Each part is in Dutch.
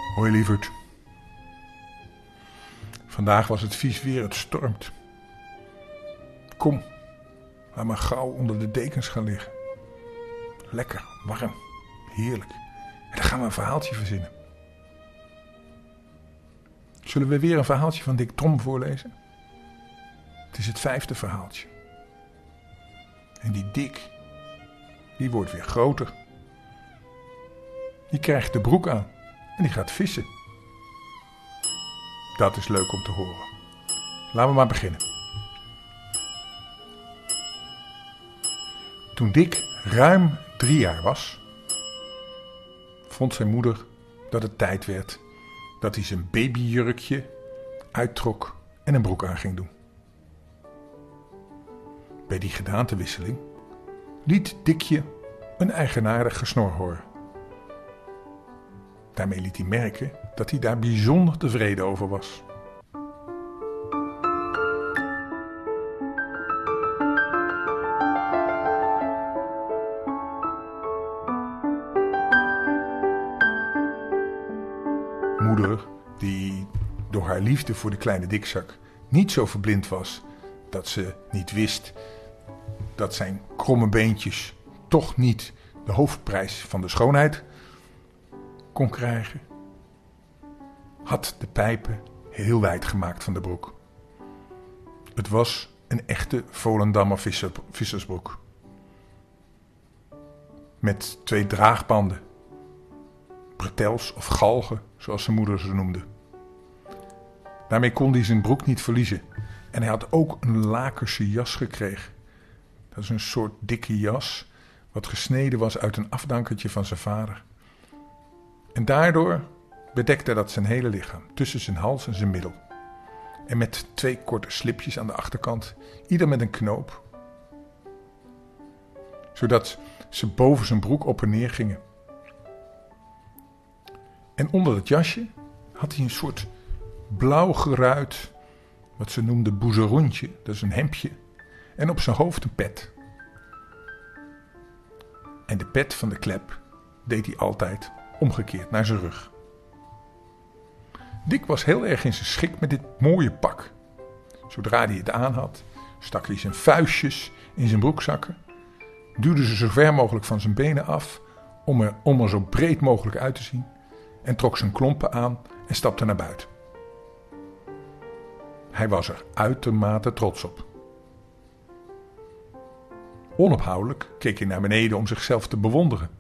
Hoi lieverd. Vandaag was het vies weer, het stormt. Kom, laat maar gauw onder de dekens gaan liggen. Lekker, warm, heerlijk. En dan gaan we een verhaaltje verzinnen. Zullen we weer een verhaaltje van Dick Trom voorlezen? Het is het 5e verhaaltje. En die Dick, die wordt weer groter. Die krijgt de broek aan en die gaat vissen. Dat is leuk om te horen. Laten we maar beginnen. Toen Dick ruim 3 jaar was, vond zijn moeder dat het tijd werd dat hij zijn babyjurkje uittrok en een broek aan ging doen. Bij die gedaantewisseling liet Dickje een eigenaardig gesnor horen. Daarmee liet hij merken dat hij daar bijzonder tevreden over was. Moeder, die door haar liefde voor de kleine dikzak niet zo verblind was dat ze niet wist dat zijn kromme beentjes toch niet de hoofdprijs van de schoonheid kon krijgen, had de pijpen heel wijd gemaakt van de broek. Het was een echte Volendammer vissersbroek. Met 2 draagbanden, bretels of galgen, zoals zijn moeder ze noemde. Daarmee kon hij zijn broek niet verliezen. En hij had ook een lakense jas gekregen. Dat is een soort dikke jas, wat gesneden was uit een afdankertje van zijn vader. En daardoor bedekte dat zijn hele lichaam, tussen zijn hals en zijn middel. En met 2 korte slipjes aan de achterkant, ieder met een knoop. Zodat ze boven zijn broek op en neer gingen. En onder het jasje had hij een soort blauw geruit, wat ze noemden boezeroentje, dat is een hemdje. En op zijn hoofd een pet. En de pet van de klep deed hij altijd omgekeerd naar zijn rug. Dick was heel erg in zijn schik met dit mooie pak. Zodra hij het aan had, stak hij zijn vuistjes in zijn broekzakken, duwde ze zo ver mogelijk van zijn benen af om er zo breed mogelijk uit te zien en trok zijn klompen aan en stapte naar buiten. Hij was er uitermate trots op. Onophoudelijk keek hij naar beneden om zichzelf te bewonderen.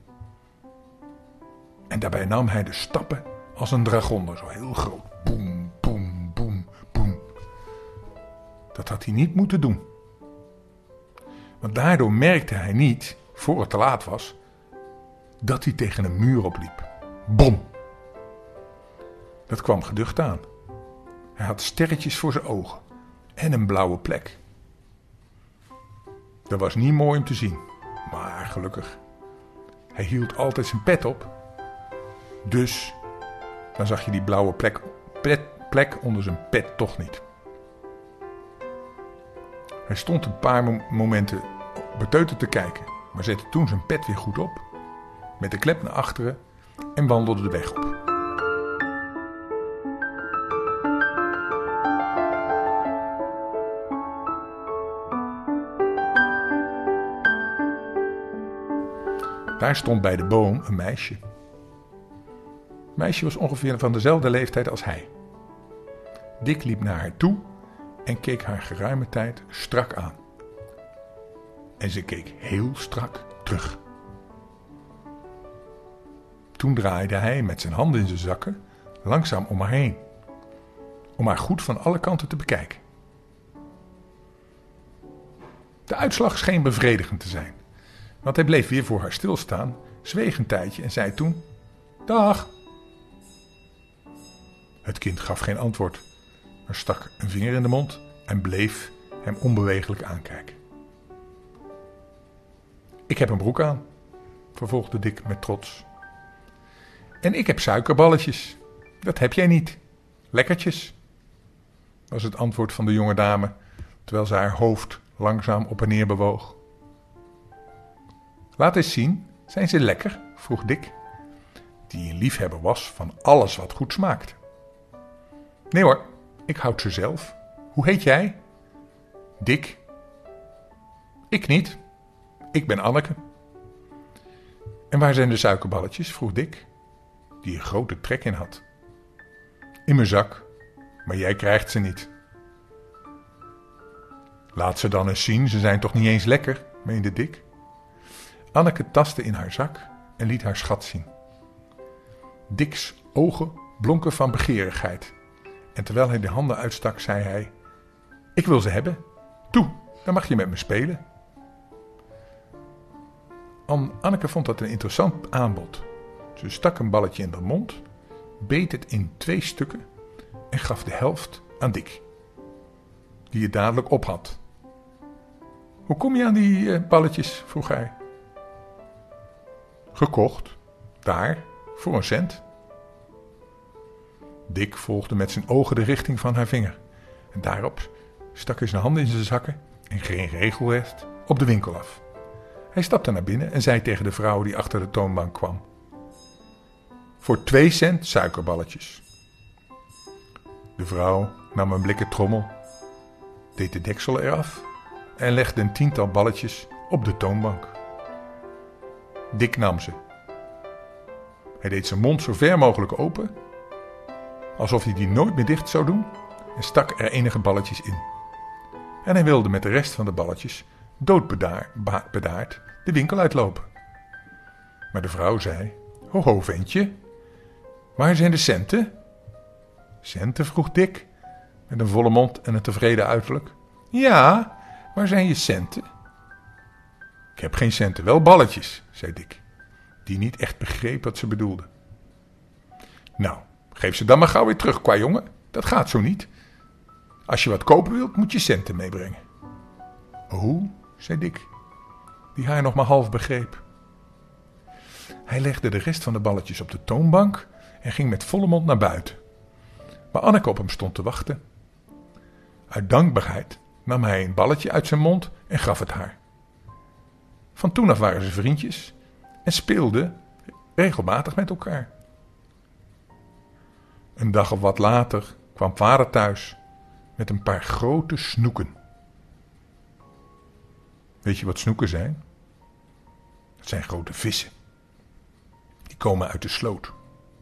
En daarbij nam hij de stappen als een dragonder, zo heel groot. Boem, boem, boem, boem. Dat had hij niet moeten doen. Want daardoor merkte hij niet, voor het te laat was, dat hij tegen een muur opliep. Bom! Dat kwam geducht aan. Hij had sterretjes voor zijn ogen en een blauwe plek. Dat was niet mooi om te zien, maar gelukkig. Hij hield altijd zijn pet op. Dus dan zag je die blauwe plek onder zijn pet toch niet. Hij stond een paar momenten beteuterd te kijken, maar zette toen zijn pet weer goed op, met de klep naar achteren en wandelde de weg op. Daar stond bij de boom een meisje. Het meisje was ongeveer van dezelfde leeftijd als hij. Dick liep naar haar toe en keek haar geruime tijd strak aan. En ze keek heel strak terug. Toen draaide hij met zijn handen in zijn zakken langzaam om haar heen, om haar goed van alle kanten te bekijken. De uitslag scheen bevredigend te zijn, want hij bleef weer voor haar stilstaan, zweeg een tijdje en zei toen: "Dag." Het kind gaf geen antwoord, maar stak een vinger in de mond en bleef hem onbeweeglijk aankijken. "Ik heb een broek aan," vervolgde Dick met trots. "En ik heb suikerballetjes. Dat heb jij niet. Lekkertjes," was het antwoord van de jonge dame, terwijl ze haar hoofd langzaam op en neer bewoog. "Laat eens zien, zijn ze lekker?" vroeg Dick. die een liefhebber was van alles wat goed smaakte. Nee hoor, ik houd ze zelf. Hoe heet jij? Dick. Ik niet. Ik ben Anneke. En waar zijn de suikerballetjes? Vroeg Dick, die een grote trek in had. In mijn zak, maar jij krijgt ze niet. Laat ze dan eens zien, ze zijn toch niet eens lekker, meende Dick. Anneke tastte in haar zak en liet haar schat zien. Dicks ogen blonken van begeerigheid. En terwijl hij de handen uitstak, zei hij: ik wil ze hebben. Toe, dan mag je met me spelen. Anneke vond dat een interessant aanbod. Ze stak een balletje in de mond, beet het in 2 stukken en gaf de helft aan Dick, die het dadelijk op had. Hoe kom je aan die balletjes? Vroeg hij. Gekocht, daar, voor een cent. Dick volgde met zijn ogen de richting van haar vinger. En daarop stak hij zijn handen in zijn zakken en ging regelrecht op de winkel af. Hij stapte naar binnen en zei tegen de vrouw die achter de toonbank kwam: voor 2 cent suikerballetjes. De vrouw nam een blikken trommel, deed de deksel eraf en legde een 10-tal balletjes op de toonbank. Dick nam ze. Hij deed zijn mond zo ver mogelijk open, alsof hij die nooit meer dicht zou doen, en stak er enige balletjes in. En hij wilde met de rest van de balletjes doodbedaard de winkel uitlopen. Maar de vrouw zei: ho ventje, waar zijn de centen? Centen? Vroeg Dick, met een volle mond en een tevreden uiterlijk. Ja, waar zijn je centen? Ik heb geen centen, wel balletjes, zei Dick, die niet echt begreep wat ze bedoelde. Nou, geef ze dan maar gauw weer terug, kwajongen. Dat gaat zo niet. Als je wat kopen wilt, moet je centen meebrengen. Oh, zei Dick, die haar nog maar half begreep. Hij legde de rest van de balletjes op de toonbank en ging met volle mond naar buiten. Maar Anneke op hem stond te wachten. Uit dankbaarheid nam hij een balletje uit zijn mond en gaf het haar. Van toen af waren ze vriendjes en speelden regelmatig met elkaar. Een dag of wat later kwam vader thuis met een paar grote snoeken. Weet je wat snoeken zijn? Dat zijn grote vissen. Die komen uit de sloot.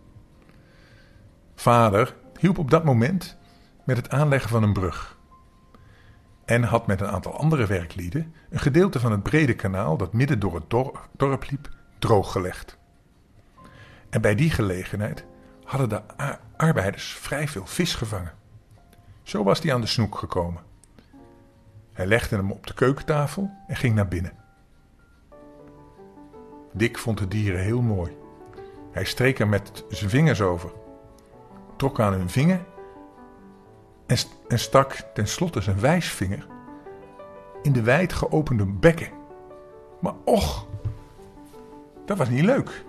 Vader hielp op dat moment met het aanleggen van een brug. En had met een aantal andere werklieden een gedeelte van het brede kanaal dat midden door het dorp liep drooggelegd. En bij die gelegenheid hadden de arbeiders vrij veel vis gevangen. Zo was hij aan de snoek gekomen. Hij legde hem op de keukentafel en ging naar binnen. Dick vond de dieren heel mooi. Hij streek er met zijn vingers over, trok aan hun vinger en stak tenslotte zijn wijsvinger in de wijd geopende bekken. Maar och, dat was niet leuk.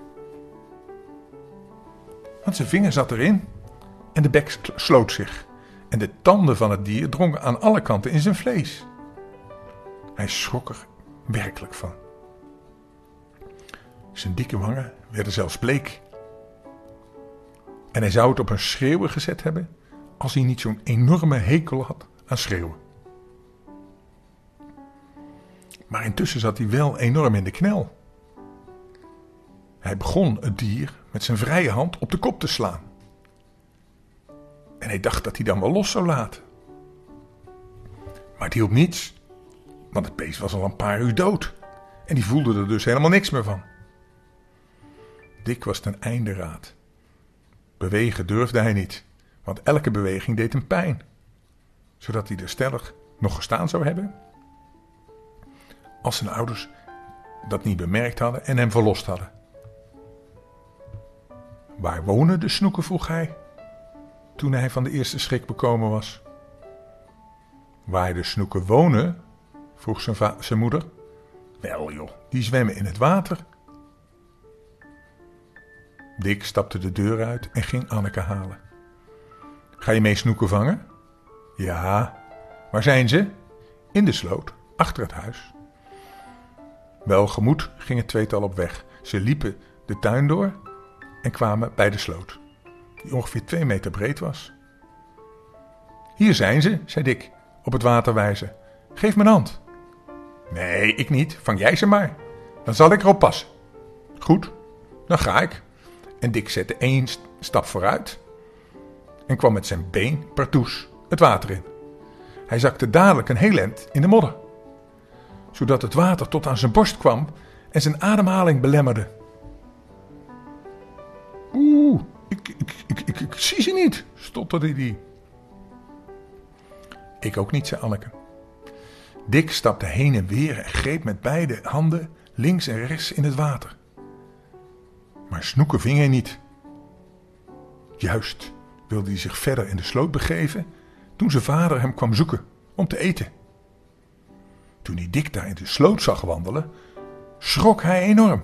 Want zijn vinger zat erin en de bek sloot zich. En de tanden van het dier drongen aan alle kanten in zijn vlees. Hij schrok er werkelijk van. Zijn dikke wangen werden zelfs bleek. En hij zou het op een schreeuwen gezet hebben als hij niet zo'n enorme hekel had aan schreeuwen. Maar intussen zat hij wel enorm in de knel. Hij begon het dier met zijn vrije hand op de kop te slaan. En hij dacht dat hij dan wel los zou laten. Maar het hielp niets, want het beest was al een paar uur dood. En die voelde er dus helemaal niks meer van. Dick was ten einde raad. Bewegen durfde hij niet, want elke beweging deed hem pijn. Zodat hij er stellig nog gestaan zou hebben, als zijn ouders dat niet bemerkt hadden en hem verlost hadden. Waar wonen de snoeken? Vroeg hij, toen hij van de eerste schrik bekomen was. Waar de snoeken wonen? Vroeg zijn moeder. Wel joh, die zwemmen in het water. Dick stapte de deur uit en ging Anneke halen. Ga je mee snoeken vangen? Ja. Waar zijn ze? In de sloot, achter het huis. Welgemoed ging het tweetal op weg. Ze liepen de tuin door en kwamen bij de sloot, die ongeveer 2 meter breed was. Hier zijn ze, zei Dick, op het water wijzen. Geef me een hand. Nee, ik niet, vang jij ze maar. Dan zal ik erop passen. Goed, dan ga ik. En Dick zette 1 stap vooruit en kwam met zijn been partoes het water in. Hij zakte dadelijk een heel eind in de modder, zodat het water tot aan zijn borst kwam en zijn ademhaling belemmerde. Oeh, ik zie ze niet, stotterde hij. Ik ook niet, zei Anneke. Dick stapte heen en weer en greep met beide handen links en rechts in het water. Maar Snoeke ving hij niet. Juist wilde hij zich verder in de sloot begeven toen zijn vader hem kwam zoeken om te eten. Toen hij Dick daar in de sloot zag wandelen, schrok hij enorm.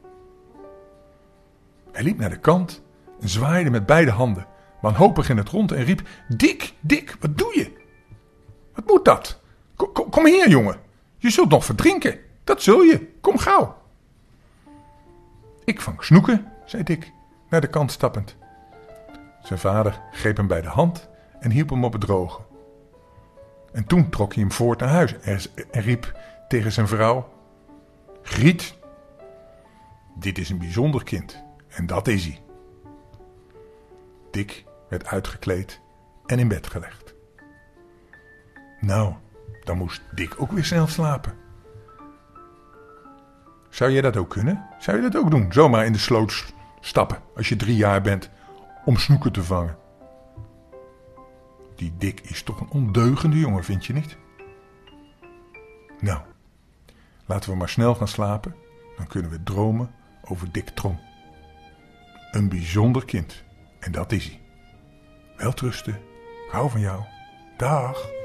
Hij liep naar de kant en zwaaide met beide handen, wanhopig in het rond en riep: Dick, Dick, wat doe je? Wat moet dat? Kom hier, jongen. Je zult nog verdrinken. Dat zul je. Kom gauw. Ik vang Snoeke, zei Dick, naar de kant stappend. Zijn vader greep hem bij de hand en hielp hem op het droge. En toen trok hij hem voort naar huis en riep tegen zijn vrouw: Griet, dit is een bijzonder kind en dat is hij. Dick werd uitgekleed en in bed gelegd. Nou, dan moest Dick ook weer snel slapen. Zou jij dat ook kunnen? Zou je dat ook doen? Zomaar in de sloot stappen als je 3 jaar bent om Snoeke te vangen. Die Dick is toch een ondeugende jongen, vind je niet? Nou, laten we maar snel gaan slapen. Dan kunnen we dromen over Dick Trom. Een bijzonder kind. En dat is hij. Welterusten. Ik hou van jou. Dag.